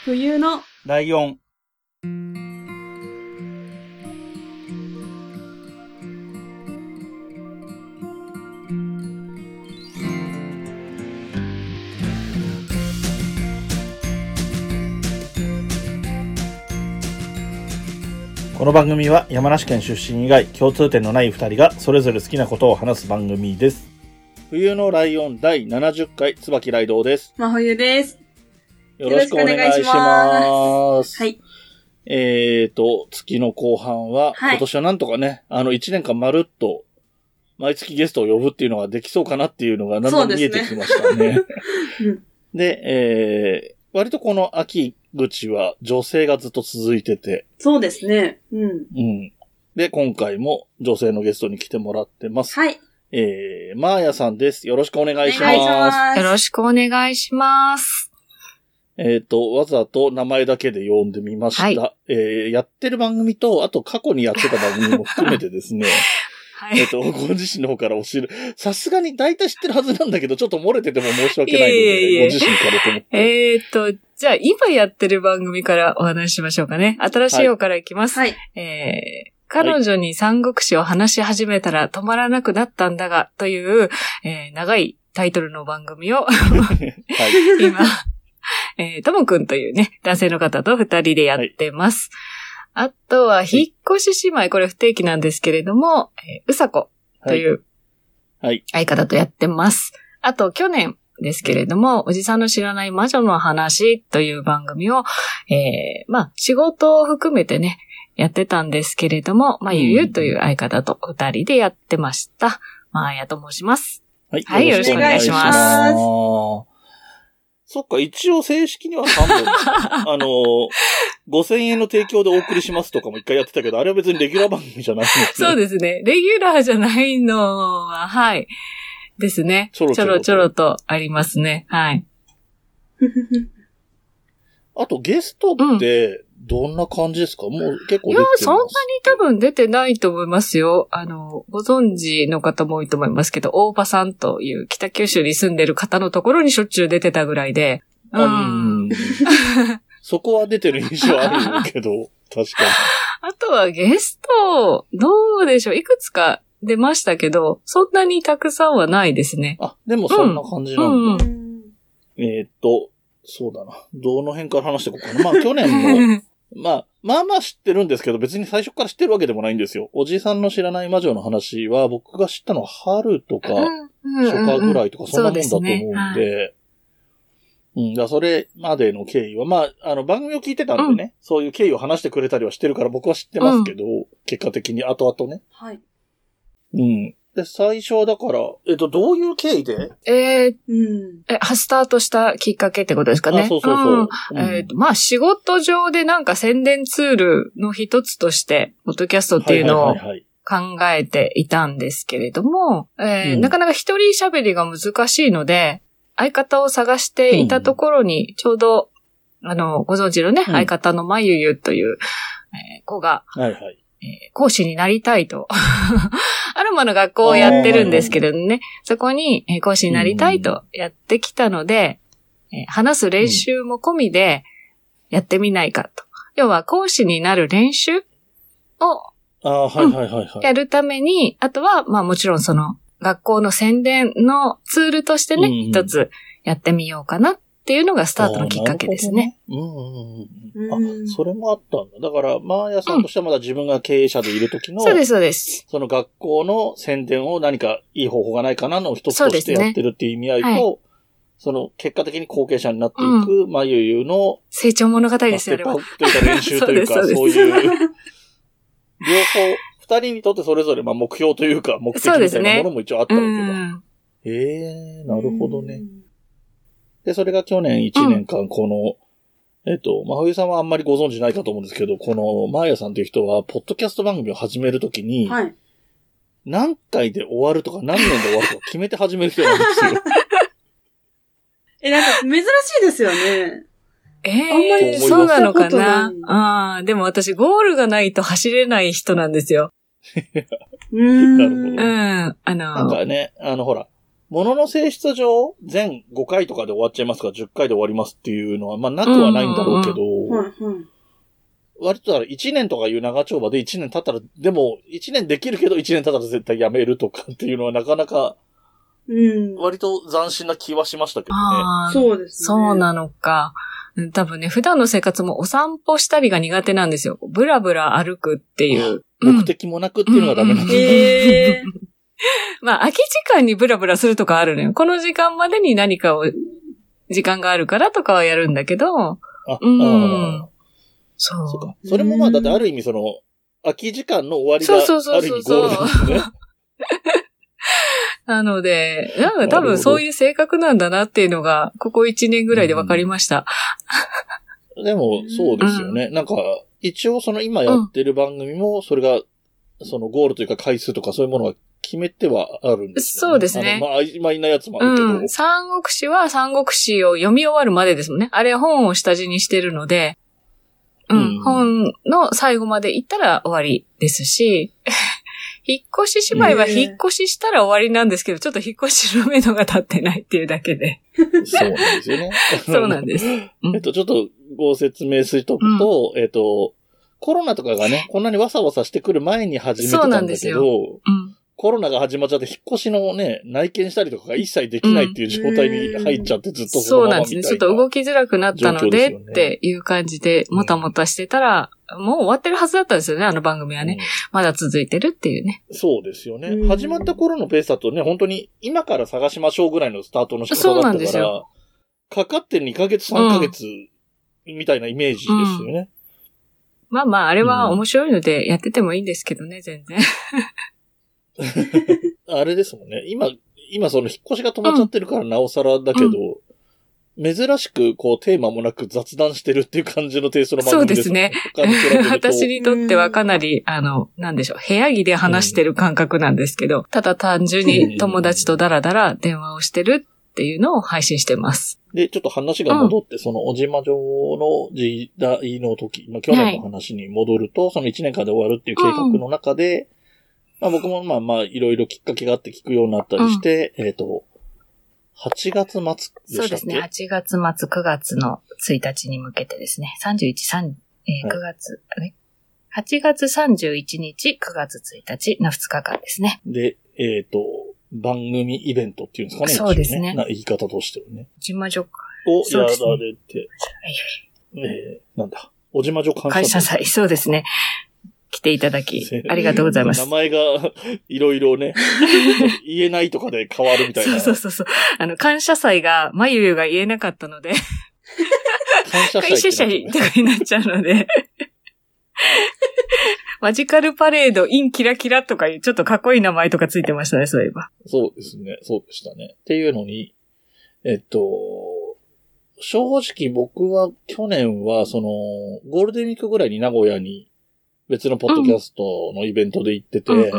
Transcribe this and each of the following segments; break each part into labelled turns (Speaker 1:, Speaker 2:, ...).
Speaker 1: 冬の
Speaker 2: ライオン。この番組は山梨県出身以外共通点のない2人がそれぞれ好きなことを話す番組です。冬のライオン第70回椿ライドウです。
Speaker 1: 真冬です。
Speaker 2: よろしくお願いします。
Speaker 1: はい。
Speaker 2: 月の後半は、今年はなんとかね、1年間まるっと毎月ゲストを呼ぶっていうのができそうかなっていうのがだんだん見えてきましたね。で、割とこの秋口は女性がずっと続いてて。
Speaker 1: そうですね。
Speaker 2: で、今回も女性のゲストに来てもらってます。
Speaker 1: はい。
Speaker 2: マーヤさんです。よろしくお願いします。
Speaker 3: よろしくお願いします。
Speaker 2: わざと名前だけで呼んでみました。はい。やってる番組と、あと過去にやってた番組も含めてですね。はい。ご自身の方から教える。さすがに大体知ってるはずなんだけど、ちょっと漏れてても申し訳ないので、ご自身からと思って。
Speaker 3: じゃあ今やってる番組からお話ししましょうかね。新しい方からいきます。
Speaker 1: はい。
Speaker 3: 彼女に三国志を話し始めたら止まらなくなったんだが、という、長いタイトルの番組を、はい、今、ともくんというね、男性の方と二人でやってます。はい、あとは、引っ越し姉妹、これ不定期なんですけれども、うさこという相方とやってます。あと、去年ですけれども、おじさんの知らない魔女の話という番組を、仕事を含めてね、やってたんですけれども、ゆゆという相方と二人でやってました。まあやと申します。
Speaker 2: はい、よろしくお願いします。そっか、一応正式には3本。5000円の提供でお送りしますとかも一回やってたけど、あれは別にレギュラー番組じゃないんですね。
Speaker 3: そうですね。レギュラーじゃないのは、はい。ですね。ちょろちょろとありますね。はい。
Speaker 2: あとゲストって、どんな感じですか？もう結構出てます？いや、
Speaker 3: そんなに多分出てないと思いますよ。ご存知の方も多いと思いますけど、大場さんという北九州に住んでる方のところにしょっちゅう出てたぐらいで。
Speaker 2: そこは出てる印象あるけど、確かに。
Speaker 3: あとはゲスト、どうでしょう？いくつか出ましたけど、そんなにたくさんはないですね。
Speaker 2: あ、でもそんな感じなんだ。そうだな。どの辺から話していこうかな。去年も、まあ知ってるんですけど、別に最初から知ってるわけでもないんですよ。おじさんの知らない魔女の話は、僕が知ったのは春とか、初夏ぐらいとか、そんなもんだと思うんで、それまでの経緯は、番組を聞いてたんでね、そういう経緯を話してくれたりはしてるから僕は知ってますけど、結果的に後々ね。
Speaker 1: はい。
Speaker 2: で、最初はだから、どういう経緯で
Speaker 3: スタートしたきっかけってことですかね。
Speaker 2: そう。
Speaker 3: 仕事上でなんか宣伝ツールの一つとして、ポッドキャストっていうのを考えていたんですけれども、なかなか一人喋りが難しいので、相方を探していたところに、ちょうど、ご存知のね、相方のまゆゆという、子が、講師になりたいと。アロマの学校をやってるんですけれどね、そこに講師になりたいとやってきたので、話す練習も込みでやってみないかと。要は講師になる練習をやるために、あとはもちろんその学校の宣伝のツールとしてね、一つやってみようかなっていうのがスタートのきっかけですね。
Speaker 2: それもあったんだ。だから、マーヤさんとしてはまだ自分が経営者でいる時の、
Speaker 3: そうです、そうです。
Speaker 2: その学校の宣伝を何かいい方法がないかなの一つとしてやってるっていう意味合いと、その結果的に後継者になっていく、まゆゆの
Speaker 3: 成長物語ですよ、あれは。
Speaker 2: ステップアップというか練習というか、そういう、両方、二人にとってそれぞれ目標というか、目的みたいなものも一応あったわけだ。なるほどね。で、それが去年1年間、この、真冬さんはあんまりご存知ないかと思うんですけど、この、マーヤさんという人は、ポッドキャスト番組を始めるときに、何回で終わるとか何年で終わるとか決めて始める人なんですよ。
Speaker 1: なんか珍しいですよね。
Speaker 3: あんまりそうなのかな。でも私ゴールがないと走れない人なんですよ。
Speaker 2: なるほど。
Speaker 3: なん
Speaker 2: かね、ほら、 ものの性質上、全5回とかで終わっちゃいますから10回で終わりますっていうのは、まあなくはないんだろうけど、割と1年とかいう長丁場で1年経ったら、でも1年できるけど1年経ったら絶対やめるとかっていうのはなかなか、割と斬新な気はしましたけどね。
Speaker 1: そうですね。
Speaker 3: そうなのか。多分ね、普段の生活もお散歩したりが苦手なんですよ。ブラブラ歩くっていう。
Speaker 2: 目的もなくっていうのがダメなんです。
Speaker 3: まあ、空き時間にブラブラするとかあるのよ。この時間までに何かを、時間があるからとかはやるんだけど、
Speaker 2: そうか。それもまあ、だってある意味空き時間の終わりがある意味ゴールなんですね。
Speaker 3: なので、なんか多分そういう性格なんだなっていうのが、ここ1年ぐらいで分かりました。
Speaker 2: でも、そうですよね。なんか、一応今やってる番組も、それが、ゴールというか回数とかそういうものは決めてはあるんですよね。そうですね。まあ、曖昧なやつもあるけど。
Speaker 3: 三国志は三国志を読み終わるまでですもんね。あれは本を下地にしてるので、本の最後まで行ったら終わりですし、引っ越し芝居は引っ越ししたら終わりなんですけど、ちょっと引っ越しの目処が立ってないっていうだけで。
Speaker 2: そうなんですよね。
Speaker 3: そうなんです。
Speaker 2: ちょっとご説明すると、コロナとかがね、こんなにわさわさしてくる前に始めてたんだけど、コロナが始まっちゃって引っ越しのね、内見したりとかが一切できないっていう状態に入っちゃってずっと
Speaker 3: そうなんですね。ちょっと動きづらくなったのでっていう感じでもたもたしてたら、もう終わってるはずだったんですよね、あの番組はね。まだ続いてるっていうね。
Speaker 2: そうですよね。始まった頃のペースだとね、本当に今から探しましょうぐらいのスタートの仕方だったから、かかって2ヶ月3ヶ月みたいなイメージですよね。
Speaker 3: まあまあ、あれは面白いのでやっててもいいんですけどね、全然。
Speaker 2: あれですもんね。今引っ越しが止まっちゃってるからなおさらだけど、珍しくテーマもなく雑談してるっていう感じのテイストの番組ですね。そうですね。私にとってはかなり、なんでしょう、部屋着で話してる感覚なんですけど、ただ単純に友達とダラダラ電話をしてるっていうのを配信してます。 で、ちょっと話が戻って、小島城の時代の時、去年の話に戻ると、その1年間で終わるっていう計画の中で、僕もいろいろきっかけがあって聞くようになったりして、8月末でしたっけ？
Speaker 3: そうですね。8月末、9月の1日に向けてですね。9月、8月31日、9月1日の2日間ですね。
Speaker 2: で、番組イベントっていうんですかね。
Speaker 3: そうですね。
Speaker 2: 言い方としてはね。
Speaker 3: 小島女
Speaker 2: をやられて、なんだ、小島女感謝祭。
Speaker 3: そうですね。来ていただき、ありがとうございます。
Speaker 2: 名前がいろいろね、言えないとかで変わるみたいな。
Speaker 3: そう。感謝祭が、まゆゆが言えなかったので、感謝祭とかになっちゃうので、マジカルパレード、インキラキラとかいうちょっとかっこいい名前とかついてましたね、そういえば。
Speaker 2: そうですね、そうでしたね。っていうのに、正直僕は去年はゴールデンウィークぐらいに名古屋に別のポッドキャストのイベントで行ってて、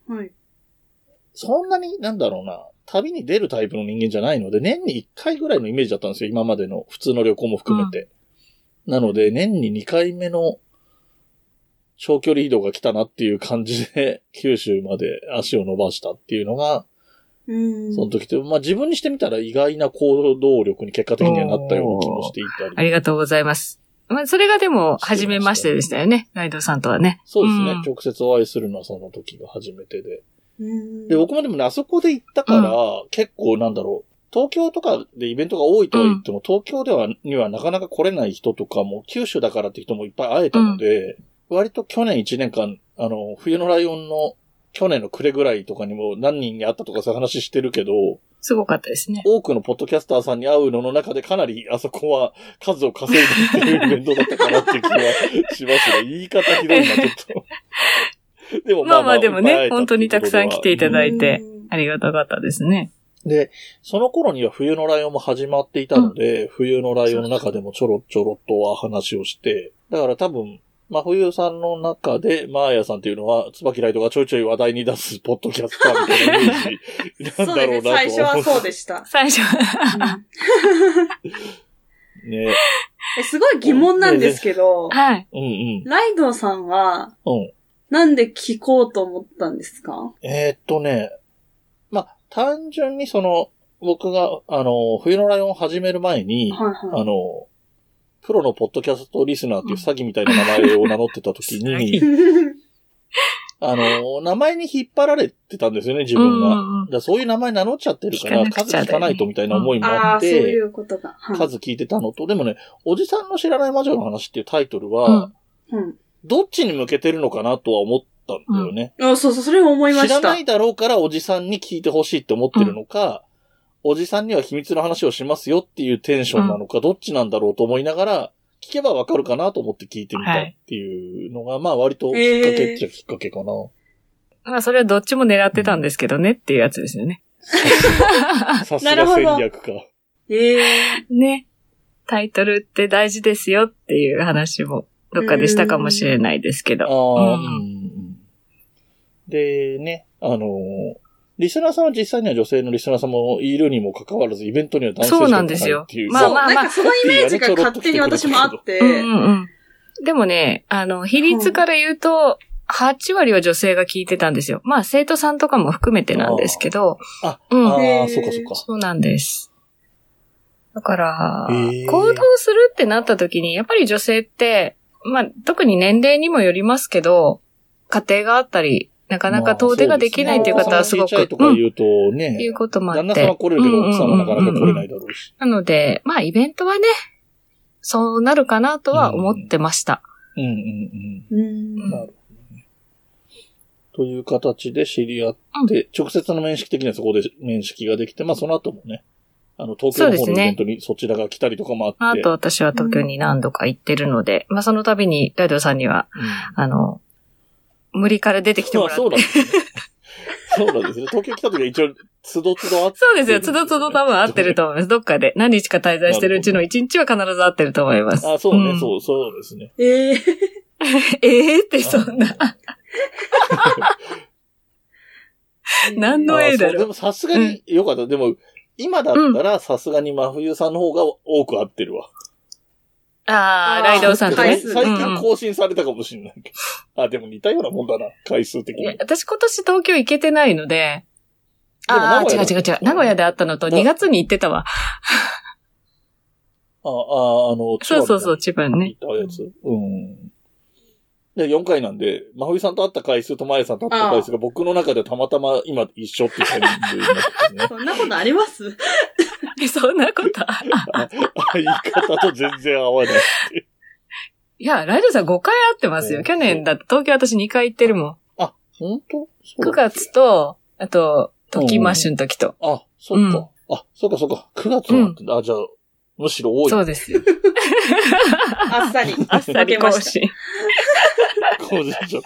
Speaker 2: そんなに旅に出るタイプの人間じゃないので、年に1回ぐらいのイメージだったんですよ、今までの普通の旅行も含めて。なので、年に2回目の長距離移動が来たなっていう感じで、九州まで足を伸ばしたっていうのが、その時って、自分にしてみたら意外な行動力に結果的にはなったような気もしていたり。
Speaker 3: ありがとうございます。それがでも、初めましてでしたよね。ライドさんとはね。
Speaker 2: そうですね。直接お会いするのはその時が初めてで。で、僕もでもね、あそこで行ったから、結構東京とかでイベントが多いとは言っても、東京にはなかなか来れない人とかも、九州だからって人もいっぱい会えたので、割と去年1年間、冬のライオンの去年の暮れぐらいとかにも何人に会ったとかそういう話してるけど、
Speaker 3: すごかったですね。
Speaker 2: 多くのポッドキャスターさんに会うのの中でかなりあそこは数を稼いでっていうイベントだったかなっていう気はしますね。言い方ひどいな、ちょっと。でも
Speaker 3: まあでもね、本当にたくさん来ていただいて、ありがたかったですね。
Speaker 2: で、その頃には冬のライオンも始まっていたので、冬のライオンの中でもちょろっとは話をして、だから多分、冬さんの中で、マーヤさんっていうのは、椿ライドがちょいちょい話題に出すポッドキャスターみたいなイメージなんだろうなと。
Speaker 1: そうですね、最初はそうでした。
Speaker 3: 最初は。
Speaker 2: ね。
Speaker 1: すごい疑問なんですけど、
Speaker 3: はい。
Speaker 1: ライドさんは、なんで聞こうと思ったんですか？
Speaker 2: 単純に僕が、冬のライオンを始める前に、
Speaker 1: はいはい。
Speaker 2: プロのポッドキャストリスナーっていう詐欺みたいな名前を名乗ってた時に、名前に引っ張られてたんですよね、自分が。だそういう名前名乗っちゃってるから、数聞かないとみたいな思いもあって、
Speaker 1: そういうことが。
Speaker 2: 数聞いてたのと、でもね、おじさんの知らない魔女の話っていうタイトルは、どっちに向けてるのかなとは思ったんだよね。
Speaker 1: そうそう、それを思いました。
Speaker 2: 知らないだろうからおじさんに聞いてほしいって思ってるのか、おじさんには秘密の話をしますよっていうテンションなのか、どっちなんだろうと思いながら、聞けばわかるかなと思って聞いてみたっていうのが、まあ割ときっかけっちゃきっかけかな。
Speaker 3: まあそれはどっちも狙ってたんですけどねっていうやつですよね。
Speaker 2: さすが戦略か。
Speaker 3: ね。タイトルって大事ですよっていう話もどっかでしたかもしれないですけど。
Speaker 2: でね、リスナーさんは実際には女性のリスナーさんもいるにもかかわらず、イベントには男性しか来ないっていう。そうなんですよ。
Speaker 1: まあ、なんかそのイメージが勝手に私もあって。
Speaker 3: でもね、比率から言うと、8割は女性が聞いてたんですよ。まあ、生徒さんとかも含めてなんですけど。
Speaker 2: そうかそうか。
Speaker 3: そうなんです。だから、行動するってなった時に、やっぱり女性って、まあ、特に年齢にもよりますけど、家庭があったり、なかなか遠出ができないという方はすごく、
Speaker 2: とか言うとね、
Speaker 3: いうこともあって。
Speaker 2: 旦那さんは来れるけど、奥さんはなかなか来れないだろうし。
Speaker 3: なので、まあ、イベントはね、そうなるかなとは思ってました。
Speaker 2: なるほど。という形で知り合って、直接の面識的にはそこで面識ができて、まあその後もね、東京の方のイベントにそちらが来たりとかもあって。
Speaker 3: あと私は東京に何度か行ってるので、まあその度にライドさんには、無理から出てきてもらって。
Speaker 2: そうなんですね。そうなんですね。東京来た時は一応、つどつど会って。
Speaker 3: そうですよ。つどつど多分会ってると思います。どっかで何日か滞在してるうちの1日は必ず会ってると思います。
Speaker 2: そうね、そうですね。
Speaker 3: ってそんな。何のだろう。
Speaker 2: でもさすがに、よかった。でも、今だったらさすがに真冬さんの方が多く会ってるわ。
Speaker 3: ライドウさんとね。
Speaker 2: 最近更新されたかもしれないけど。でも似たようなもんだな、回数的に。
Speaker 3: 私今年東京行けてないので、違う。名古屋で会ったのと2月に行ってたわ。そう、千葉ね。
Speaker 2: 行ったやつ。で、4回なんで、真冬さんと会った回数と前さんと会った回数が僕の中でたまたま今一緒っていう感じになってますね。
Speaker 1: そんなことあります
Speaker 3: そんなこと
Speaker 2: 言い方と全然合わないって。
Speaker 3: いや、ライドさん5回会ってますよ。去年だって東京私2回行ってるもん。
Speaker 2: 本当
Speaker 3: ？9月と、あと、トキマッシュの時と。
Speaker 2: そっか。そうか。9月なんて、じゃあ、むしろ多い。
Speaker 3: そうですよ。
Speaker 1: あっさり
Speaker 3: 更新。
Speaker 2: 更新しちゃった。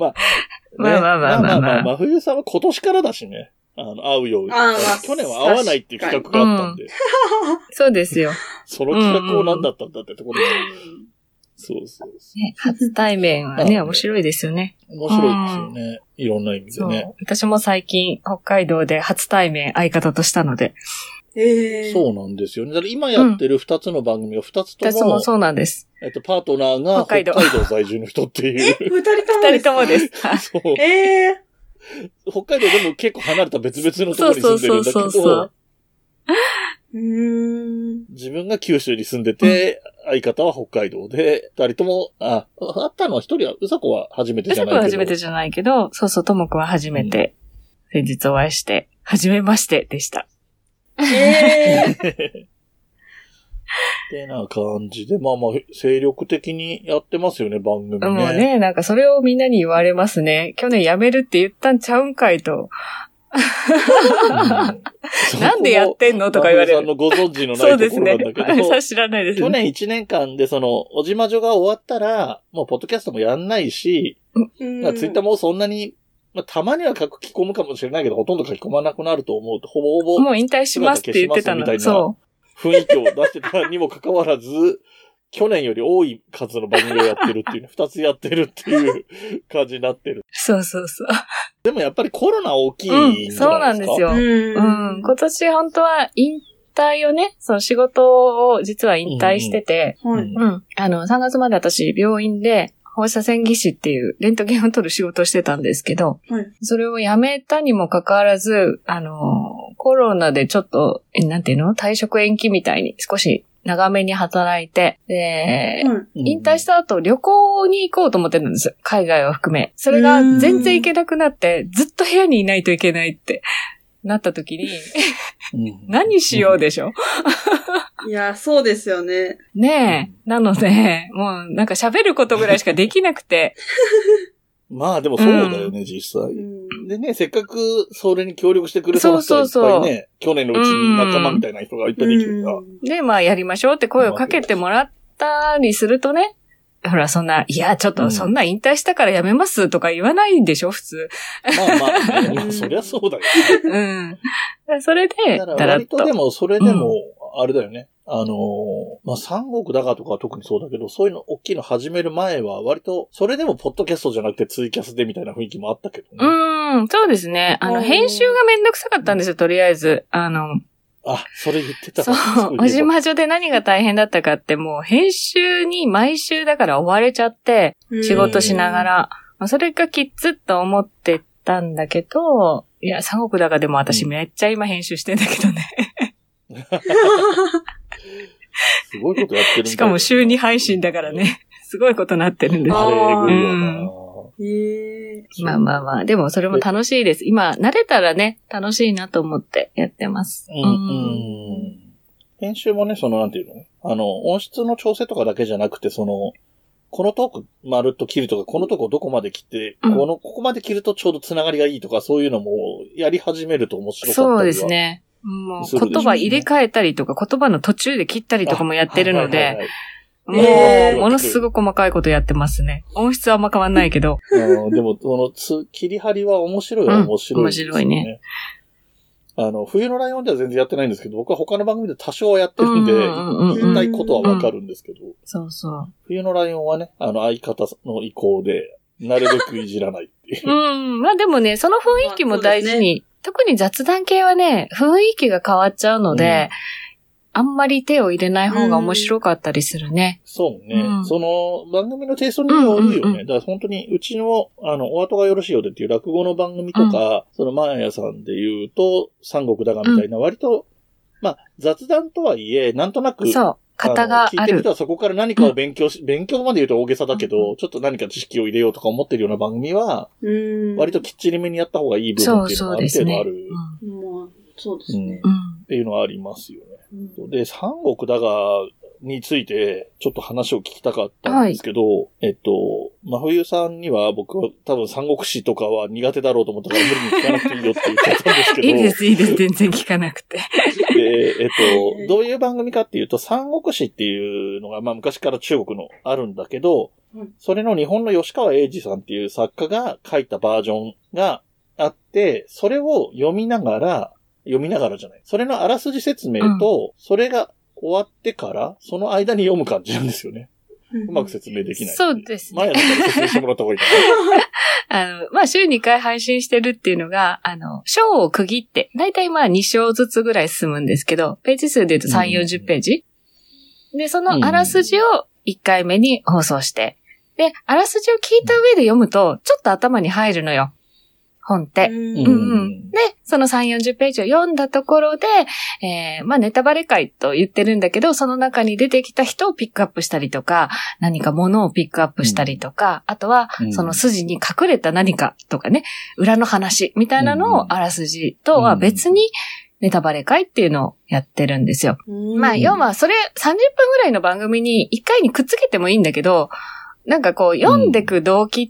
Speaker 3: まあ。
Speaker 2: 真冬さんは今年からだしね。会うように。去年は会わないっていう企画があったんで。
Speaker 3: そうですよ。
Speaker 2: その企画を何だったんだってところで。そう。
Speaker 3: 初対面はね、面白いですよね。
Speaker 2: 面白いですよね。いろんな意味でね。
Speaker 3: 私も最近北海道で初対面相方としたので。
Speaker 2: そうなんですよね。だから今やってる2つの番組が2つとも。2
Speaker 3: つもそうなんです。
Speaker 2: パートナーが北海道在住の人っていう。
Speaker 3: 2人ともです。
Speaker 2: そう。北海道でも結構離れた別々のところに住んでるんだけど。自分が九州に住んでて、相方は北海道で、2人とも、会ったのは1人は、うさこは初めてじゃないけど。うさこは
Speaker 3: 初めてじゃないけど、そう、ともくは初めて、先日お会いして、初めましてでした。
Speaker 2: ってな感じで、まあ精力的にやってますよね、番組ね。
Speaker 3: もうね、なんかそれをみんなに言われますね。去年辞めるって言ったんちゃうんかいと。なんでやってんのとか言われる。
Speaker 2: さんのご存知のないところなんだけど。
Speaker 3: そうですね。知らないですね。
Speaker 2: 去年1年間でおじまじょが終わったら、もうポッドキャストもやんないし、ツイッターもそんなに、たまには書き込むかもしれないけど、ほとんど書き込まなくなると思うと、ほぼ
Speaker 3: もう引退しますって言ってたの。そう。
Speaker 2: 雰囲気を出してたにもかかわらず、去年より多い数の番組をやってるっていう、2つやってるっていう感じになってる。
Speaker 3: そう。
Speaker 2: でもやっぱりコロナ大きいんじゃないですか。
Speaker 3: そうなんですよ。今年本当は引退をね、その仕事を実は引退してて、3月まで私病院で放射線技師っていうレントゲンを取る仕事をしてたんですけど、
Speaker 1: はい。
Speaker 3: それを辞めたにもかかわらず、コロナでちょっと、なんていうの？退職延期みたいに少し長めに働いて、で、引退した後旅行に行こうと思ってたんです。海外を含め。それが全然行けなくなって、ずっと部屋にいないといけないってなった時に、何しようでしょ？
Speaker 1: いや、そうですよね。
Speaker 3: ねえ。なので、もうなんか喋ることぐらいしかできなくて。
Speaker 2: まあでもそうだよね、実際。でね、せっかくそれに協力してくれそうな人がいっぱいね、去年のうちに仲間みたいな人がいっぱいできるから。
Speaker 3: で、まあやりましょうって声をかけてもらったりするとね、ほら、そんな、いや、ちょっと、そんな引退したからやめますとか言わないんでしょ、普通。
Speaker 2: まあ、そりゃそうだよ
Speaker 3: ね。それで、
Speaker 2: だから割とでも、それでも、あれだよね。まあ、三国だがとかは特にそうだけど、そういうの、大きいの始める前は、割と、それでもポッドキャストじゃなくてツイキャスでみたいな雰囲気もあったけどね。
Speaker 3: そうですね。編集がめんどくさかったんですよ、とりあえず。
Speaker 2: それ言ってた。
Speaker 3: そう、おじまじょで何が大変だったかって、もう編集に毎週だから追われちゃって、仕事しながら。それがきつっと思ってたんだけど、いや、三国だがでも私めっちゃ今編集してんだけどね。
Speaker 2: すごいことやってるんだ。
Speaker 3: しかも週2配信だからね。すごいことなってるんです。
Speaker 2: あれ、えぐいよな。
Speaker 3: まあまあまあ、でもそれも楽しいです。今、慣れたらね、楽しいなと思ってやってます。
Speaker 2: 編集もね、なんていうの？音質の調整とかだけじゃなくて、このトーク丸っと切るとか、このとこどこまで切って、ここまで切るとちょうどつながりがいいとか、そういうのもやり始めると面白かったりは。
Speaker 3: そうですね。もう言葉入れ替えたりとか、言葉の途中で切ったりとかもやってるので、もう、ものすごく細かいことやってますね。音質はあんま変わんないけど。
Speaker 2: でも、切り張りは面白いは面白いですね。面白いね。冬のライオンでは全然やってないんですけど、僕は他の番組で多少はやってるんで、言いたいことはわかるんですけど。
Speaker 3: そうそう。
Speaker 2: 冬のライオンはね、相方の意向で、なるべくいじらないっていう。
Speaker 3: まあでもね、その雰囲気も大事に、特に雑談系はね、雰囲気が変わっちゃうので、あんまり手を入れない方が面白かったりするね。
Speaker 2: そうね。その番組のテイストによるよね。だから本当にうちの、お後がよろしいよでっていう落語の番組とか、そのマーヤさんで言うと、三国だがみたいな割と、まあ雑談とはいえ、なんとなく、
Speaker 3: そう、型がある。
Speaker 2: 聞いてる人はそこから何かを勉強まで言うと大げさだけど、ちょっと何か知識を入れようとか思ってるような番組は、割ときっちりめにやった方がいい部分っていうのがある程度ある。
Speaker 1: そうですね。
Speaker 2: っていうのはありますよね。で、三国だがについてちょっと話を聞きたかったんですけど、真冬さんには僕は多分三国志とかは苦手だろうと思ったから無理に聞かなくていいよって言っちゃったんですけど。
Speaker 3: いいです、全然聞かなくて。
Speaker 2: で、どういう番組かっていうと、三国志っていうのが、まあ昔から中国のあるんだけど、それの日本の吉川英治さんっていう作家が書いたバージョンがあって、それを読みながらじゃない。それのあらすじ説明と、それが終わってから、その間に読む感じなんですよね。うまく説明できない。
Speaker 3: そうですね。
Speaker 2: 前だったら説明してもらった方がいいか
Speaker 3: な。まあ、週2回配信してるっていうのが、章を区切って、だいたいまあ2章ずつぐらい進むんですけど、ページ数で言うと3、40ページ。で、そのあらすじを1回目に放送して、で、あらすじを聞いた上で読むと、ちょっと頭に入るのよ。本って。で、その3、40ページを読んだところで、まあネタバレ会と言ってるんだけど、その中に出てきた人をピックアップしたりとか、何か物をピックアップしたりとか、あとはその筋に隠れた何かとかね、裏の話みたいなのをあらすじとは別にネタバレ会っていうのをやってるんですよ。まあ要はそれ30分ぐらいの番組に1回にくっつけてもいいんだけど、なんかこう読んでく動機って、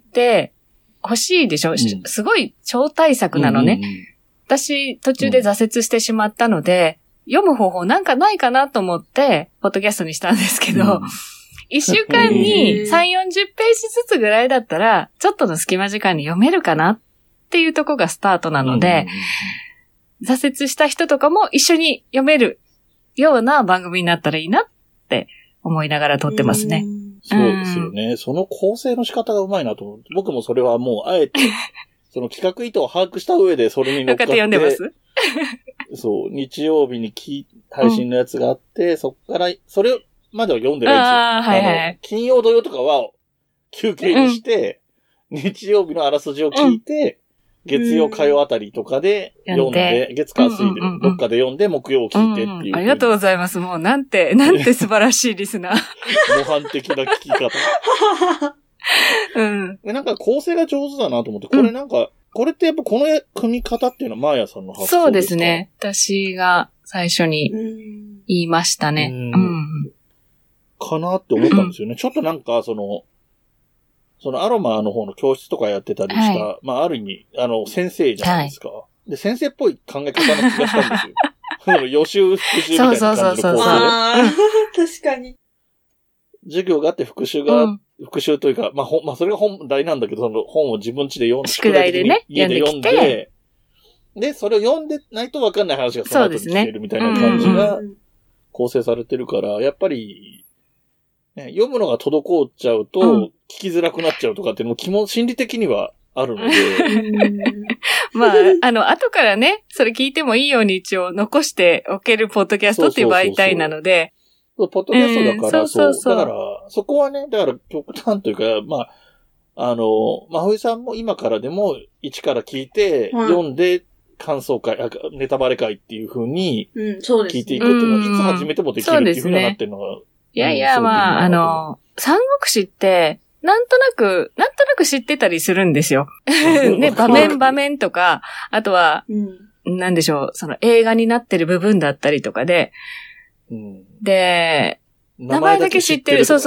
Speaker 3: 欲しいでしょ、すごい超大作なのね。私、途中で挫折してしまったので、読む方法なんかないかなと思って、ポッドキャストにしたんですけど、1週間に3、40ページずつぐらいだったら、ちょっとの隙間時間に読めるかなっていうとこがスタートなので、挫折した人とかも一緒に読めるような番組になったらいいなって思いながら撮ってますね。
Speaker 2: そうですよね。その構成の仕方がうまいなと思って。僕もそれはもうあえて、その企画意図を把握した上でそれに乗っかって。
Speaker 3: 読んでます
Speaker 2: そう、日曜日に配信のやつがあって、そっから、それまでは読んでないんですよ。
Speaker 3: はいはい。
Speaker 2: 金曜土曜とかは、 休憩にして、日曜日のあらすじを聞いて、月曜火曜あたりとかで読んで、月火水でどっかで読んで木曜を聞いてっていう。
Speaker 3: ありがとうございます。もうなんて素晴らしいリスナー。
Speaker 2: 模範的な聞き方。なんか構成が上手だなと思って、これなんか、これってやっぱこの組み方っていうのはマーヤさんの発想ですか？
Speaker 3: そうですね。私が最初に言いましたね。
Speaker 2: かなって思ったんですよね。ちょっとなんか、そのアロマの方の教室とかやってたりした、はい、まあある意味、先生じゃないですか。はい、で、先生っぽい考え方の気がしたんですよ。予習復習みたいな感じの構成で。
Speaker 1: 確かに。
Speaker 2: 授業があって復習が、復習というか、まあそれが本題なんだけど、その本を自分家で読んで、
Speaker 3: 宿題でね、
Speaker 2: 家で読んで、で、それを読んでないと分かんない話がその後に聞けるみたいな感じが構成されてるから、やっぱり、ね、読むのが滞っちゃうと、聞きづらくなっちゃうとかっていうのも心理的にはあるので。
Speaker 3: まあ、後からね、それ聞いてもいいように一応残しておけるポッドキャストっていう媒体なので。
Speaker 2: ポッドキャストだから、そう。だから、そこはね、だから極端というか、まあ、真冬さんも今からでも一から聞いて、読んで感想会、ネタバレ会っていう風に聞いていくっていうのは、いつ始めてもできるっていう風になってるのが、
Speaker 3: いや、まあ、三国志って、なんとなく知ってたりするんですよ。ね、場面とか、あとは、なんでしょう、その映画になってる部分だったりとかで、で、名前だけ知ってる。そう。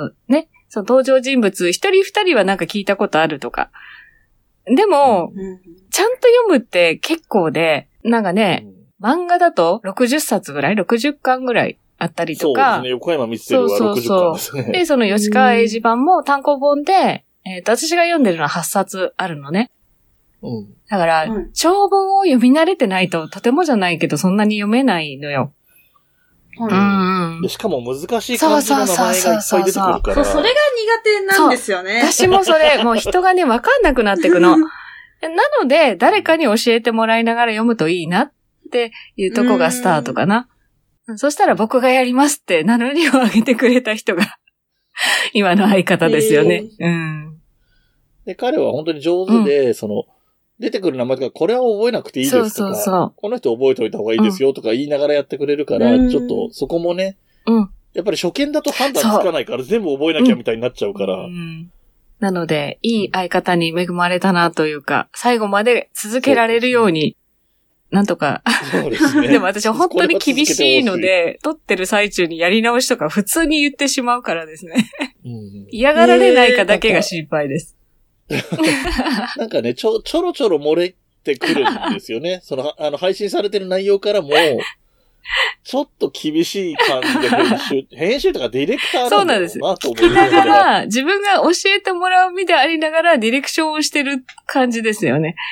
Speaker 3: ね。その登場人物、一人二人はなんか聞いたことあるとか。でも、ちゃんと読むって結構で、なんかね、漫画だと60冊ぐらい ?60 巻ぐらいあったりとか。
Speaker 2: そうですね。横山光輝は60巻ですね。
Speaker 3: で、その吉川英治版も単行本で、私が読んでるのは8冊あるのね。だから、長文を読み慣れてないと、とてもじゃないけどそんなに読めないのよ。
Speaker 2: でしかも難しい漢字の名前がいっぱい出てくるから。
Speaker 1: そう、それが苦手なんですよね。
Speaker 3: 私もそれ、もう人がね、わかんなくなってくの。なので、誰かに教えてもらいながら読むといいなっていうとこがスタートかな。そしたら僕がやりますって名乗りを上げてくれた人が、今の相方ですよね。
Speaker 2: で、彼は本当に上手で、出てくる名前とか、これは覚えなくていいですとか、この人覚えておいた方がいいですよとか言いながらやってくれるから、ちょっとそこもね、やっぱり初見だと判断つかないから全部覚えなきゃみたいになっちゃうから。
Speaker 3: なので、いい相方に恵まれたなというか、最後まで続けられるように、なんとか。
Speaker 2: そうですね。
Speaker 3: でも私は本当に厳しいので、撮ってる最中にやり直しとか普通に言ってしまうからですね。嫌がられないかだけが心配です。
Speaker 2: なんかね、ちょろちょろ漏れてくるんですよね。配信されてる内容からも、ちょっと厳しい感じで編集とかディレクターなんだろうなと思い
Speaker 3: 聞きながら、自分が教えてもらう身でありながらディレクションをしてる感じですよね。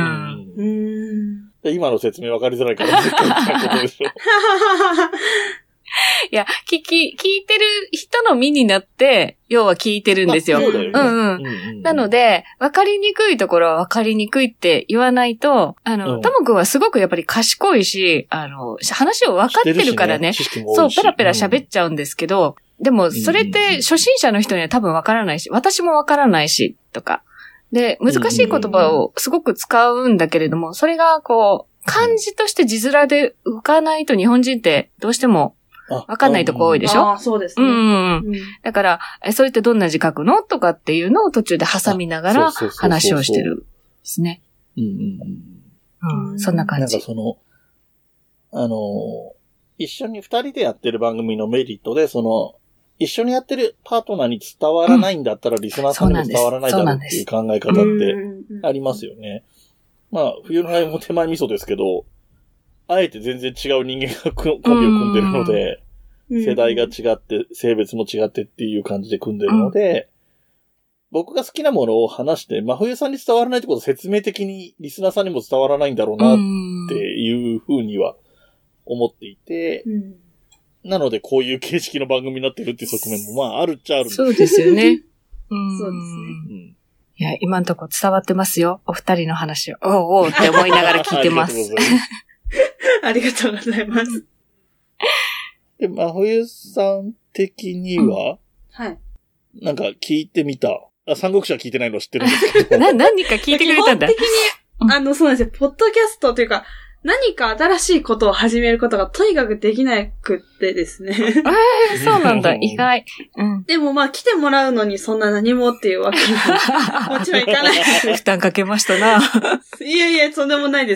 Speaker 2: 今の説明分かりづらいから絶対言ったことでしょ。
Speaker 3: いや、聞いてる人の身になって、要は聞いてるんですよ。
Speaker 2: そうだよ
Speaker 3: ね。なので、分かりにくいところは分かりにくいって言わないと、ともくんはすごくやっぱり賢いし、話を分かってるからね。そう、ペラペラ喋っちゃうんですけど、でも、それって初心者の人には多分分からないし、私も分からないし、とか。で、難しい言葉をすごく使うんだけれども、それが漢字として字面で浮かないと日本人ってどうしてもわかんないとこ多いでしょ？
Speaker 1: そうですね。
Speaker 3: だから、それってどんな字書くのとかっていうのを途中で挟みながら話をしてるですね。そんな感じ。
Speaker 2: なんか一緒に二人でやってる番組のメリットで、一緒にやってるパートナーに伝わらないんだったら、リスナーさんにも伝わらないだろうっていう考え方ってありますよね。まあ、冬のライブも手前味噌ですけど、あえて全然違う人間がコンビを組んでるので、世代が違って、性別も違ってっていう感じで組んでるので、僕が好きなものを話して、真冬さんに伝わらないってことは説明的にリスナーさんにも伝わらないんだろうなっていうふうには思っていて、なのでこういう形式の番組になってるっていう側面もまああるっちゃあるんです。
Speaker 3: そうですよね。
Speaker 1: そうです
Speaker 3: ね。いや、今んとこ伝わってますよ。お二人の話を。おうって思いながら聞いてます。
Speaker 1: ありがとうございます。
Speaker 2: で、真冬さん的には、
Speaker 1: はい。
Speaker 2: なんか聞いてみた。三国志は聞いてないの知ってるんですけど。
Speaker 3: 何か聞いてくれたんだ。
Speaker 1: 基本的に、そうなんですよ。ポッドキャストというか、何か新しいことを始めることがとにかくできなくってですね。
Speaker 3: そうなんだ、意外。うん。
Speaker 1: でもまあ来てもらうのにそんな何もっていうわけにはもちろんいかないです。
Speaker 3: 負担かけましたな。
Speaker 1: いやいや、とんでもないです。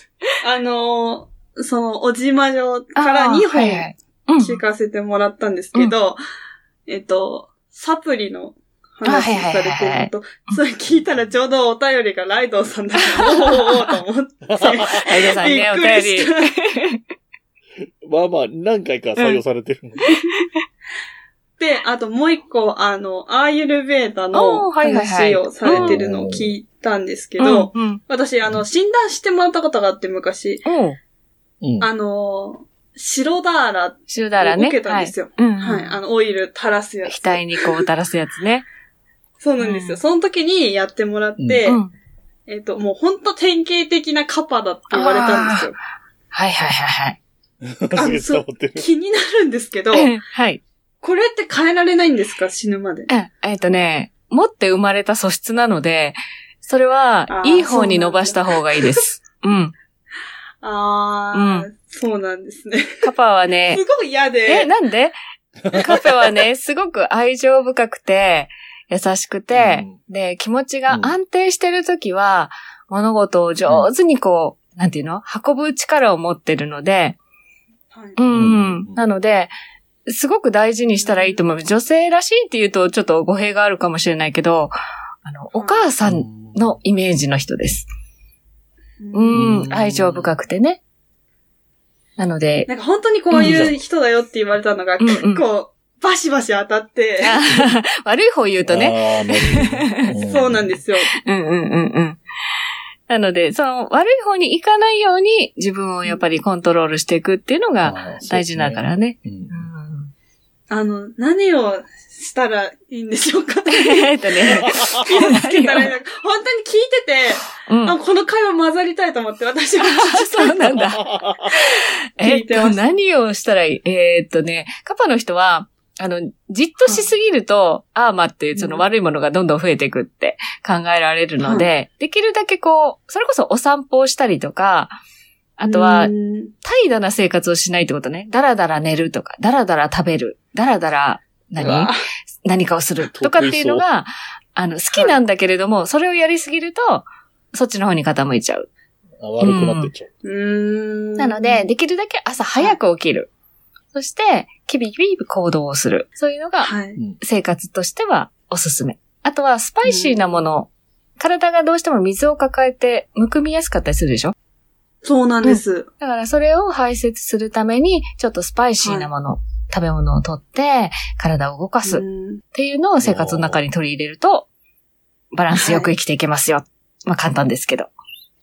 Speaker 1: その、小島城から2本聞かせてもらったんですけど、サプリの話されてるのと、それ聞いたらちょうどお便りがライドウさんだから、おーと思って。
Speaker 3: ライドウさんね、お便り。
Speaker 2: まあまあ、何回か採用されてるので。
Speaker 1: で、あともう一個、アーユルベーダの話をされてるのを聞いたんですけど、私、診断してもらったことがあって昔、白ダーラを受けたんですよ。はい。オイル垂らすやつ。
Speaker 3: 額にこう垂らすやつね。
Speaker 1: そうなんですよ。その時にやってもらって、もうほんと典型的なカパだって言われたんですよ。
Speaker 3: はいはいはい
Speaker 1: はい。気になるんですけど、
Speaker 3: はい。
Speaker 1: これって変えられないんですか？死ぬまで。
Speaker 3: 持って生まれた素質なので、それはいい方に伸ばした方がいいです。うん。
Speaker 1: そうなんですね。
Speaker 3: カパはね、
Speaker 1: すごい嫌で。
Speaker 3: なんで？カパはね、すごく愛情深くて、優しくて、で、気持ちが安定してるときは、物事を上手にこう、なんていうの？運ぶ力を持ってるので、なので、すごく大事にしたらいいと思う。女性らしいって言うとちょっと語弊があるかもしれないけど、お母さんのイメージの人です。愛情深くてね。なので。
Speaker 1: なんか本当にこういう人だよって言われたのが結構バシバシ当たって。
Speaker 3: 悪い方言うとね。
Speaker 1: そうなんですよ。
Speaker 3: なので、その悪い方に行かないように自分をやっぱりコントロールしていくっていうのが大事だからね。
Speaker 1: 何をしたらいいんでしょうか？気をつけたらいいのか。本当に聞いてて、この会話混ざりたいと思って私は。
Speaker 3: そうなんだ。何をしたらいい？カパの人は、じっとしすぎると、アーマっていうその悪いものがどんどん増えていくって考えられるので、できるだけこう、それこそお散歩をしたりとか、あとは、怠惰な生活をしないってことね。だらだら寝るとか、だらだら食べる、だらだら何かをするとかっていうのが、好きなんだけれども、それをやりすぎると、そっちの方に傾いちゃう。
Speaker 2: 悪くなってっちゃう。
Speaker 3: なので、できるだけ朝早く起きる。そして、キビキビ行動をする。そういうのが、生活としてはおすすめ。あとは、スパイシーなもの。体がどうしても水を抱えて、むくみやすかったりするでしょ？
Speaker 1: そうなんです。
Speaker 3: だから、それを排泄するために、ちょっとスパイシーなもの、食べ物をとって、体を動かす。っていうのを生活の中に取り入れると、バランスよく生きていけますよ。まあ、簡単ですけど。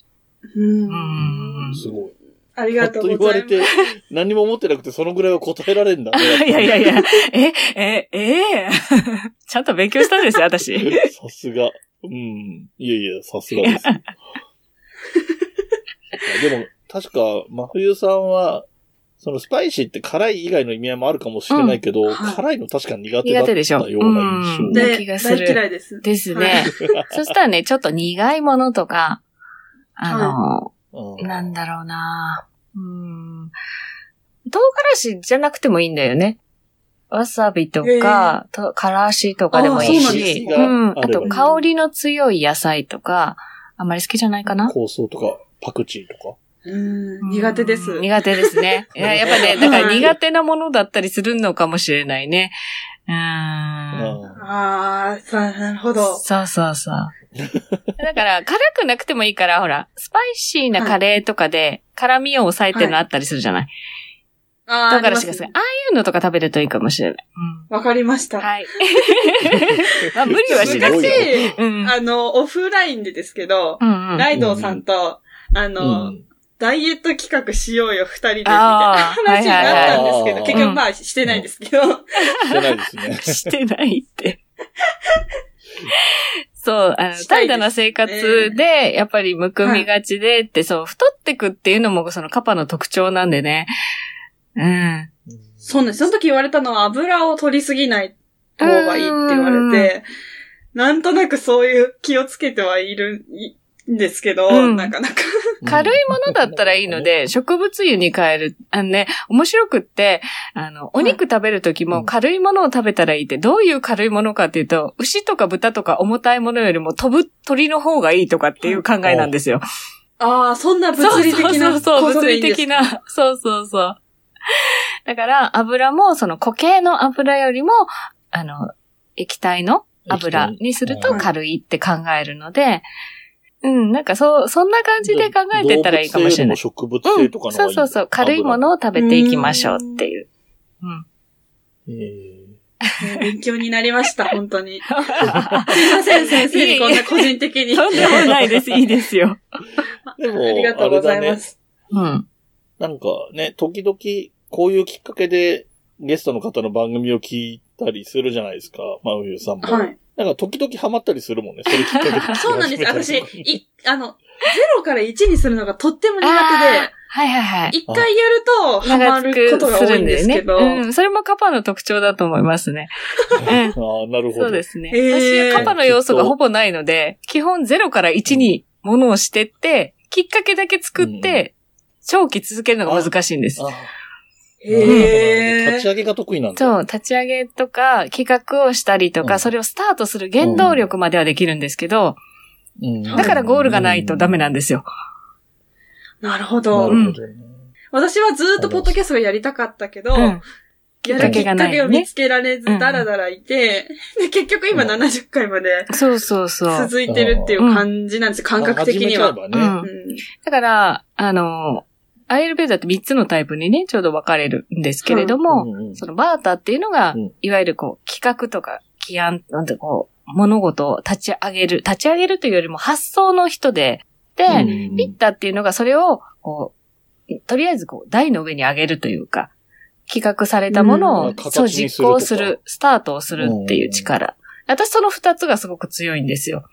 Speaker 2: すごい。
Speaker 1: ありがとうございます。
Speaker 2: 言われて、何も思ってなくてそのぐらいは答えられるんだね。
Speaker 3: いや。ちゃんと勉強したんですよ、私。
Speaker 2: さすが。いや、さすがです。でも、確か、真冬さんは、そのスパイシーって辛い以外の意味合いもあるかもしれないけど、辛いの確かに苦手だったような印象。
Speaker 1: で、気がする。大嫌いです。
Speaker 3: ですね。そしたらね、ちょっと苦いものとか、なんだろうな唐辛子じゃなくてもいいんだよね。わさびとか、からしとかでもいいし、あと香りの強い野菜とか、あんまり好きじゃないかな。
Speaker 2: 香草とか、パクチーとか。
Speaker 1: 苦手です。
Speaker 3: 苦手ですね。やっぱね、だから苦手なものだったりするのかもしれないね。
Speaker 1: なるほど。
Speaker 3: そう。だから、辛くなくてもいいから、ほら、スパイシーなカレーとかで、辛みを抑えてるのあったりするじゃない。唐辛子がすごい。ああいうのとか食べるといいかもしれない。
Speaker 1: わかりました。
Speaker 3: はい。まあ、無理はしなくて。
Speaker 1: オフラインでですけど、ライドウさんと、ダイエット企画しようよ、二人で、みたいな話になったんですけど、結局まあしてないですけど。
Speaker 2: してないですね。
Speaker 3: してないって。そう、怠惰な生活で、やっぱりむくみがちでって、そう、太ってくっていうのもそのカパの特徴なんでね。
Speaker 1: そうね、その時言われたのは油を取りすぎない方がいいって言われて、なんとなくそういう気をつけてはいるんですけど、なかなか。
Speaker 3: 軽いものだったらいいので、植物油に変える。面白くって、お肉食べるときも軽いものを食べたらいいって、どういう軽いものかっていうと、牛とか豚とか重たいものよりも飛ぶ鳥の方がいいとかっていう考えなんですよ。
Speaker 1: ああ、そんな物理的な
Speaker 3: 物理的な。そう。だから、油も、その固形の油よりも、液体の油にすると軽いって考えるので、なんかそんな感じで考えてったらいいかもしれない。
Speaker 2: 植物性とかの
Speaker 3: そう。軽いものを食べていきましょうっていう。
Speaker 1: 勉強になりました、本当に。すいません、先生にこんな個人的に。
Speaker 3: とんでもないです、いいですよ。
Speaker 1: でも、ありがとうございます。
Speaker 2: なんかね、時々こういうきっかけでゲストの方の番組を聞いたりするじゃないですか、まふゆさんも。はい。なんか時々ハマったりするもんね、それきっかけで。
Speaker 1: そうなんです。私、0から1にするのがとっても苦手で、一回やるとハマることが多いんですけど。
Speaker 3: それもカパの特徴だと思いますね。
Speaker 2: なるほど。
Speaker 3: そうですね。私はカパの要素がほぼないので、基本0から1にものをしてって、きっかけだけ作って、長期続けるのが難しいんです。
Speaker 2: 立ち上げが得意なんだ。
Speaker 3: そう、立ち上げとか企画をしたりとか、それをスタートする原動力まではできるんですけど、だからゴールがないとダメなんですよ。
Speaker 1: なるほど。私はずっとポッドキャストがやりたかったけど、やるきっかけを見つけられず、だらだらいて、で結局今70回まで続いてるっていう感じなんですよ、感覚的には。
Speaker 3: だから、アイルベーダーって3つのタイプにね、ちょうど分かれるんですけれども、そのバーターっていうのが、いわゆる企画とか、起案、物事を立ち上げるというよりも発想の人で、ピッタっていうのがそれを、とりあえず台の上に上げるというか、企画されたものを実行する、スタートをするっていう力。私その2つがすごく強いんですよ。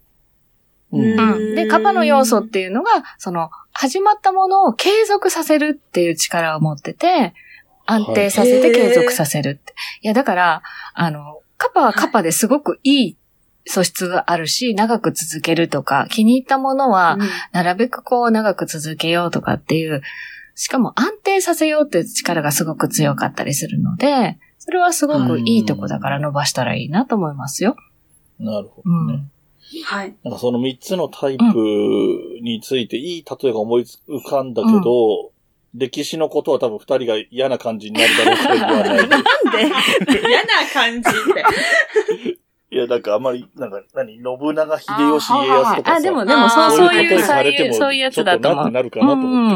Speaker 3: で、カパの要素っていうのが、始まったものを継続させるっていう力を持ってて、安定させて継続させるって。いや、だから、カパはカパですごくいい素質があるし、長く続けるとか、気に入ったものは、なるべく長く続けようとかっていう、しかも安定させようっていう力がすごく強かったりするので、それはすごくいいとこだから伸ばしたらいいなと思いますよ。
Speaker 2: なるほどね。
Speaker 1: はい。
Speaker 2: なんかその3つのタイプについていい例えが思い浮かんだけど、歴史のことは多分2人が嫌な感じになるだろうと言わない。
Speaker 1: なんで嫌な感じって。
Speaker 2: いや、なんかあんまり、信長、秀吉、家康とかさ。
Speaker 3: でもそういうやつだと思う。
Speaker 2: ちょっとなってなるかなと思って。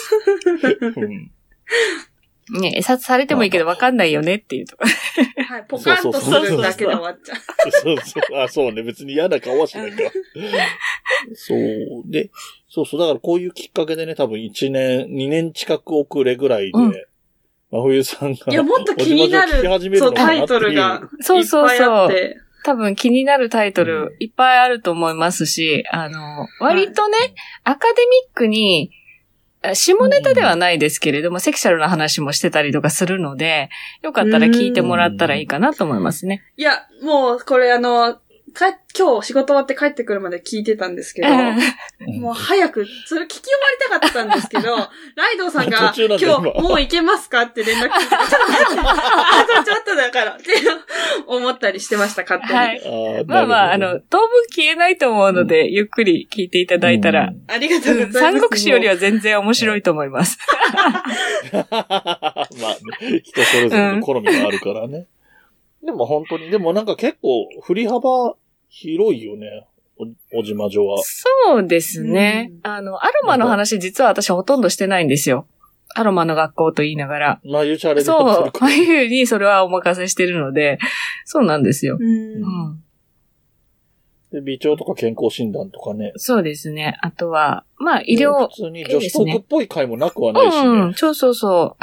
Speaker 3: ね、されてもいいけど分かんないよねっていうとか。
Speaker 1: はい、ポカンとするだけで終わっちゃう。
Speaker 2: そうね、別に嫌な顔はしないから。そう。で、だからこういうきっかけでね、多分1年、2年近く遅れぐらいで、真冬さんが。
Speaker 1: いや、もっと気になる、タイトルがいっぱいあって。
Speaker 3: 多分気になるタイトルいっぱいあると思いますし、割とね、アカデミックに、下ネタではないですけれども、セクシャルな話もしてたりとかするので、よかったら聞いてもらったらいいかなと思いますね。
Speaker 1: いや、もう、これ今日仕事終わって帰ってくるまで聞いてたんですけど、もう早く、それ聞き終わりたかったんですけど、ライドウさんが、今日もう行けますかって連絡聞いて、ちょっとだからって思ったりしてました、勝手に。
Speaker 3: はい。まあ、当分消えないと思うので、ゆっくり聞いていただいたら。
Speaker 1: ありがとうございます。
Speaker 3: 三国志よりは全然面白いと思います。
Speaker 2: まあね、人それぞれの好みがあるからね。でも本当に、なんか結構振り幅広いよね。小島女は。
Speaker 3: そうですね。アロマの話実は私ほとんどしてないんですよ。アロマの学校と言いながら。
Speaker 2: まゆちゃれで
Speaker 3: そう、まゆにそれはお任せしてるので、そうなんですよ。
Speaker 2: で、美腸とか健康診断とかね。
Speaker 3: そうですね。あとは、まあ医療、
Speaker 2: 普通に女子トークっぽい回もなくはないしね。
Speaker 3: そう。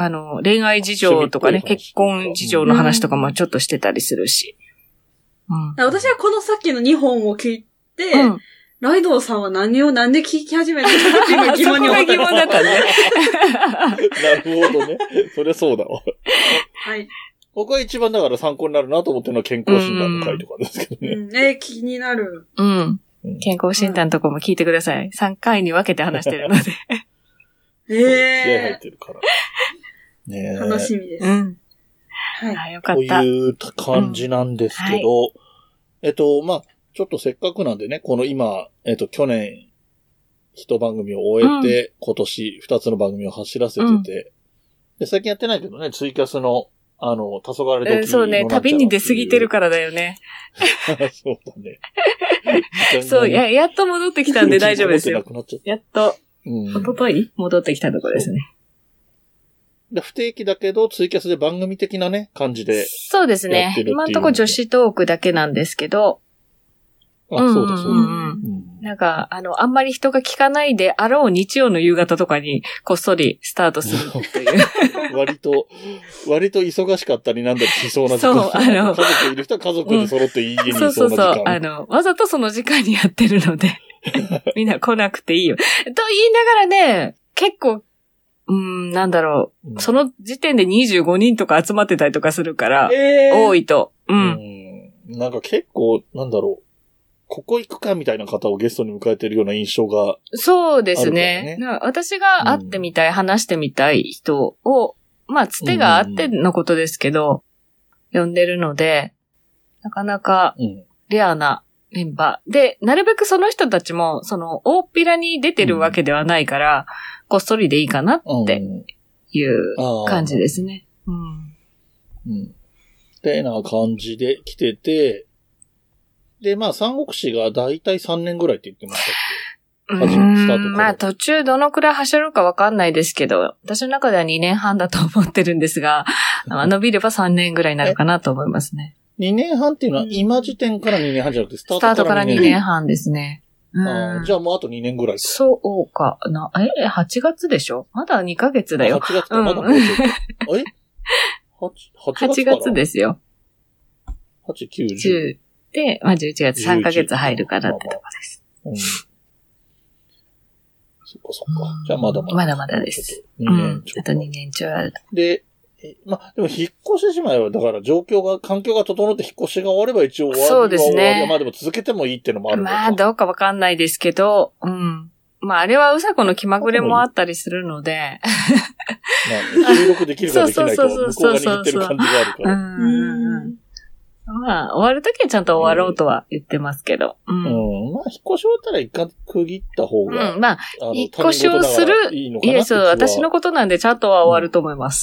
Speaker 3: 恋愛事情とかね、結婚事情の話とかもちょっとしてたりするし。
Speaker 1: 私はこのさっきの2本を聞いて、ライドウさんはなんで聞き始めたのかっていう疑問に思った。
Speaker 3: 疑問だったね。
Speaker 2: なるほどね。そりゃそうだわ。
Speaker 1: はい。
Speaker 2: 僕は一番だから参考になるなと思ってるのは健康診断の回とかですけどね。
Speaker 1: 気になる。
Speaker 3: 健康診断とかも聞いてください。3回に分けて話してるので。
Speaker 2: 気合入ってるから。ね、
Speaker 1: 楽しみです。
Speaker 3: はい。よかった。
Speaker 2: という感じなんですけど、まあ、ちょっとせっかくなんでね、この今、去年、一番組を終えて、今年2つの番組を走らせてて、で、最近やってないけどね、ツイキャスの、黄昏時
Speaker 3: そうね、旅に出過ぎてるからだよね。
Speaker 2: そうだね。
Speaker 3: そう、やっと戻ってきたんで大丈夫ですよ。やっと、一昨日戻ってきたところですね。
Speaker 2: 不定期だけど、ツイキャスで番組的なね、感じで。
Speaker 3: そうですね。今のところ女子トークだけなんですけど。
Speaker 2: そうだ、そうだ。
Speaker 3: なんか、あんまり人が聞かないであろう日曜の夕方とかにこっそりスタートするっていう。
Speaker 2: 割と忙しかったりなんだりしそうな時間。家族いる人は家族で揃って家にいそうな時間。
Speaker 3: そう。わざとその時間にやってるので、みんな来なくていいよ。と言いながらね、結構、なんだろう、その時点で25人とか集まってたりとかするから、多いと。
Speaker 2: なんか結構、なんだろう。ここ行くかみたいな方をゲストに迎えてるような印象があるからね。
Speaker 3: そうですね。私が会ってみたい、話してみたい人を、まあ、つてがあってのことですけど、呼んでるので、なかなかレアなメンバー。で、なるべくその人たちも、大っぴらに出てるわけではないから、こっそりでいいかなっていう感じですね。
Speaker 2: ってな感じで来てて、で、まあ、三国志がだいたい3年ぐらいって言ってましたっけ？スタートから。
Speaker 3: まあ、途中どのくらい走るかわかんないですけど、私の中では2年半だと思ってるんですが、伸びれば3年ぐらいになるかなと思いますね。
Speaker 2: 2年半っていうのは、今時点から2年半じゃなくて、スタートから2年半。
Speaker 3: 2年半ですね。
Speaker 2: じゃあもうあと2年ぐらいか。
Speaker 3: そうかな。8月でしょ？まだ2ヶ月だよ。
Speaker 2: 8月か、まだもうちょっと。
Speaker 3: 8月ですよ。
Speaker 2: 8、9、10。
Speaker 3: で、まあ11月3ヶ月入るかなってとこです。
Speaker 2: そっか。じゃあまだまだ。
Speaker 3: まだまだです。あと2年ちょいあると。
Speaker 2: で、まあ、でも引っ越してしまえば、だから環境が整って引っ越しが終われば一応終わりは終わり。そうですね。まあでも続けてもいいっていうのもある。
Speaker 3: まあどうかわかんないですけど、まああれはうさこの気まぐれもあったりするので。
Speaker 2: まあ、収録できるかできないか向こうが握ってる感じがあるから。
Speaker 3: まあ、終わるときはちゃんと終わろうとは言ってますけど。
Speaker 2: まあ、引っ越し終わったら一回区切った方が。
Speaker 3: まあ、引っ越しをする。いや、そう、私のことなんでちゃんとは終わると思います。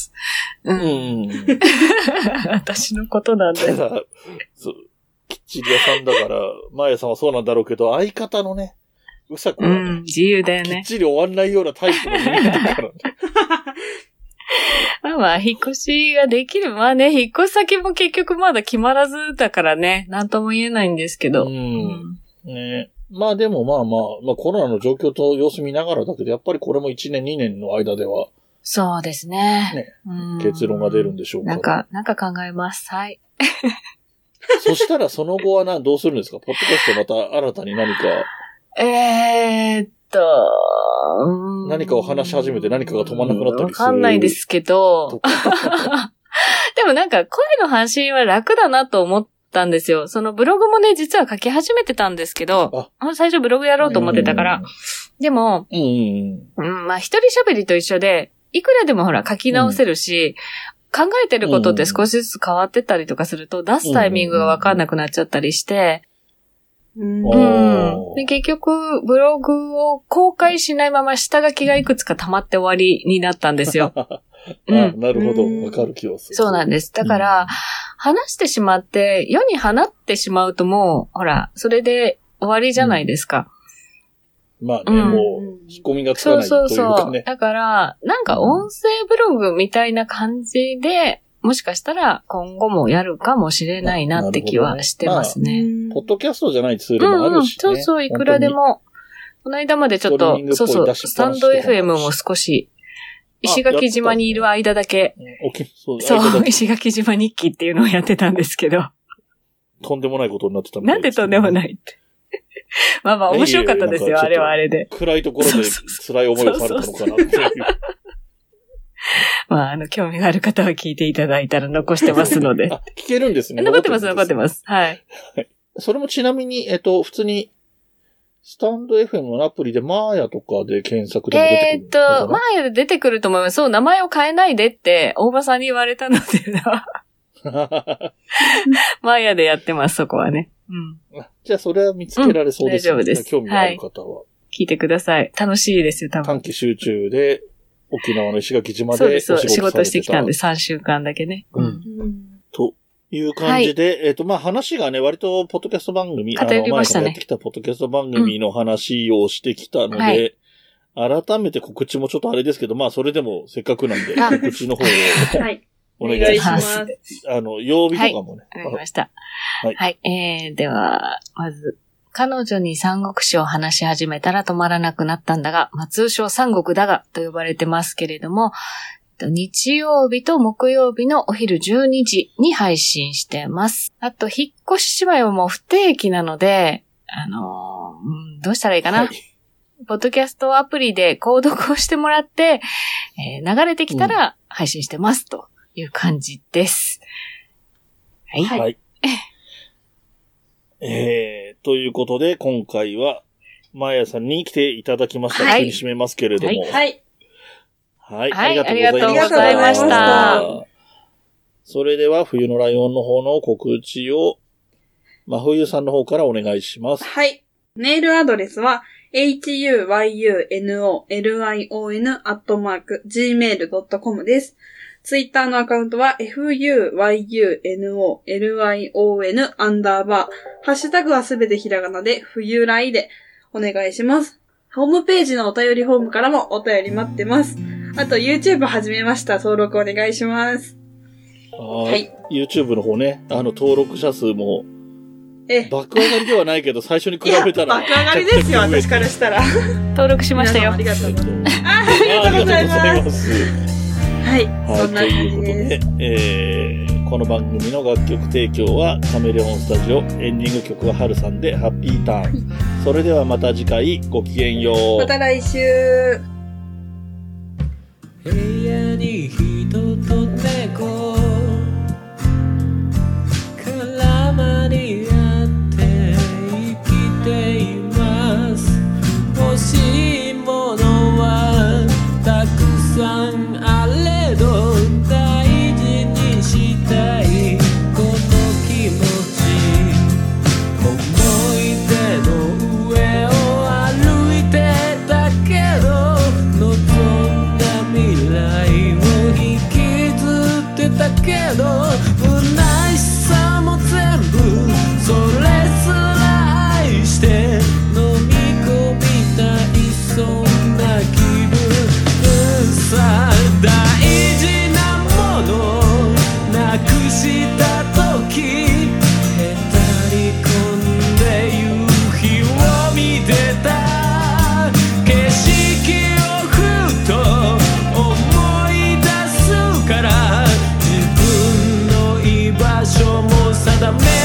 Speaker 3: 私のことなんで。
Speaker 2: そう。きっちり屋さんだから、まやさんはそうなんだろうけど、相方のね、うさこはね、
Speaker 3: 自由だよね。
Speaker 2: きっちり終わんないようなタイプの人間だからね。
Speaker 3: まあ、引っ越しができる。まあね、引っ越し先も結局まだ決まらずだからね、なんとも言えないんですけど。
Speaker 2: ね。まあでもまあコロナの状況と様子見ながらだけど、やっぱりこれも1年2年の間では。
Speaker 3: そうですね。
Speaker 2: 結論が出るんでしょうか。
Speaker 3: なんか考えます。はい。
Speaker 2: そしたらその後はどうするんですか？ポッドキャストまた新たに何か。何かを話し始めて何かが止まらなくなったりする。
Speaker 3: わかんないですけど。でもなんか声の発信は楽だなと思ったんですよ。そのブログもね、実は書き始めてたんですけど、最初ブログやろうと思ってたから。でも、まあ一人喋りと一緒で、いくらでもほら書き直せるし、考えてることって少しずつ変わってたりとかすると、出すタイミングがわかんなくなっちゃったりして、で結局、ブログを公開しないまま下書きがいくつか溜まって終わりになったんですよ。
Speaker 2: なるほど。わかる気がする。
Speaker 3: そうなんです。だから、話してしまって、世に放ってしまうともう、ほら、それで終わりじゃないですか。
Speaker 2: まあね、もう、引っ込みがつかないというかね。
Speaker 3: そう。だから、なんか音声ブログみたいな感じで、もしかしたら今後もやるかもしれないなって気はしてますね。
Speaker 2: ポッドキャストじゃないツールもあるしね。
Speaker 3: そう、いくらでも。この間までちょっと、スタンド FM も少し、石垣島にいる間だけ、そう、石垣島日記っていうのをやってたんですけど。
Speaker 2: とんでもないことになってたみたいですね。
Speaker 3: なんでとんでもないって。まあ面白かったですよ、あれはあれで。
Speaker 2: 暗いところで辛い思いをされたのかなっていう。
Speaker 3: まあ、興味がある方は聞いていただいたら残してますので。
Speaker 2: あ、聞けるんですね。
Speaker 3: 残ってます。はい。
Speaker 2: それもちなみに、普通に、スタンド FM のアプリでマーヤとかで検索でも出てくるのかな？
Speaker 3: マーヤで出てくると思います。そう、名前を変えないでって、大場さんに言われたのでマーヤでやってます、そこはね。うん。
Speaker 2: じゃあ、それは見つけられそうですね。
Speaker 3: 大丈夫です。
Speaker 2: 興味がある方は、
Speaker 3: 聞いてください。楽しいですよ、多分。
Speaker 2: 短期集中で、沖縄の石垣島で
Speaker 3: そうです、仕事してきたんで3週間だけね。
Speaker 2: うん。という感じで、まあ話がね、割とポッドキャスト番組、
Speaker 3: 偏りましたね。
Speaker 2: 前からやってきたポッドキャスト番組の話をしてきたので、改めて告知もちょっとあれですけど、まあそれでもせっかくなんで、告知の方をお願いします。曜日とかもね。
Speaker 3: わかりました。はい。では、まず、彼女に三国志を話し始めたら止まらなくなったんだが、まあ、通称三国だがと呼ばれてますけれども、日曜日と木曜日のお昼12時に配信してます。あと、引っ越し芝居はもう不定期なので、どうしたらいいかな。ポッドキャストアプリで購読をしてもらって、流れてきたら配信してますという感じです。
Speaker 2: はい。ということで、今回は、マーヤさんに来ていただきました。急に締めますけれども。
Speaker 1: はい。
Speaker 2: はい。ありがとうございました。それでは、冬のライオンの方の告知を、真冬さんの方からお願いします。
Speaker 1: はい。メールアドレスは、huyunolion@gmail.com です。ツイッターのアカウントは FUYUNOLION_ハッシュタグはすべてひらがなで冬来でお願いします。ホームページのお便りフォームからもお便り待ってます。あと YouTube 始めました。登録お願いします。
Speaker 2: はい。YouTube の方ね、登録者数も爆上がりではないけど最初に比べたら
Speaker 1: 爆上がりですよ、私からしたら。
Speaker 3: 登録しましたよ。
Speaker 1: ありがとうございます。ありがとうございます。はい、そんな感じです。
Speaker 2: ということで、この番組の楽曲提供はカメレオンスタジオ、エンディング曲はハルさんでハッピーターン。それではまた次回ごきげんよう。
Speaker 1: また来週。
Speaker 4: 部屋に人と猫絡まり合って生きています。欲しいものはたくさんあれど大事にしたいこの気持ち、思い出の上を歩いてたけど望んだ未来を引きずってたけど不悔しさも全部それすら愛して飲み込みたいそんな気分さ、大事なものなくした時へたり込んで夕日を見てた景色をふと思い出すから自分の居場所も定め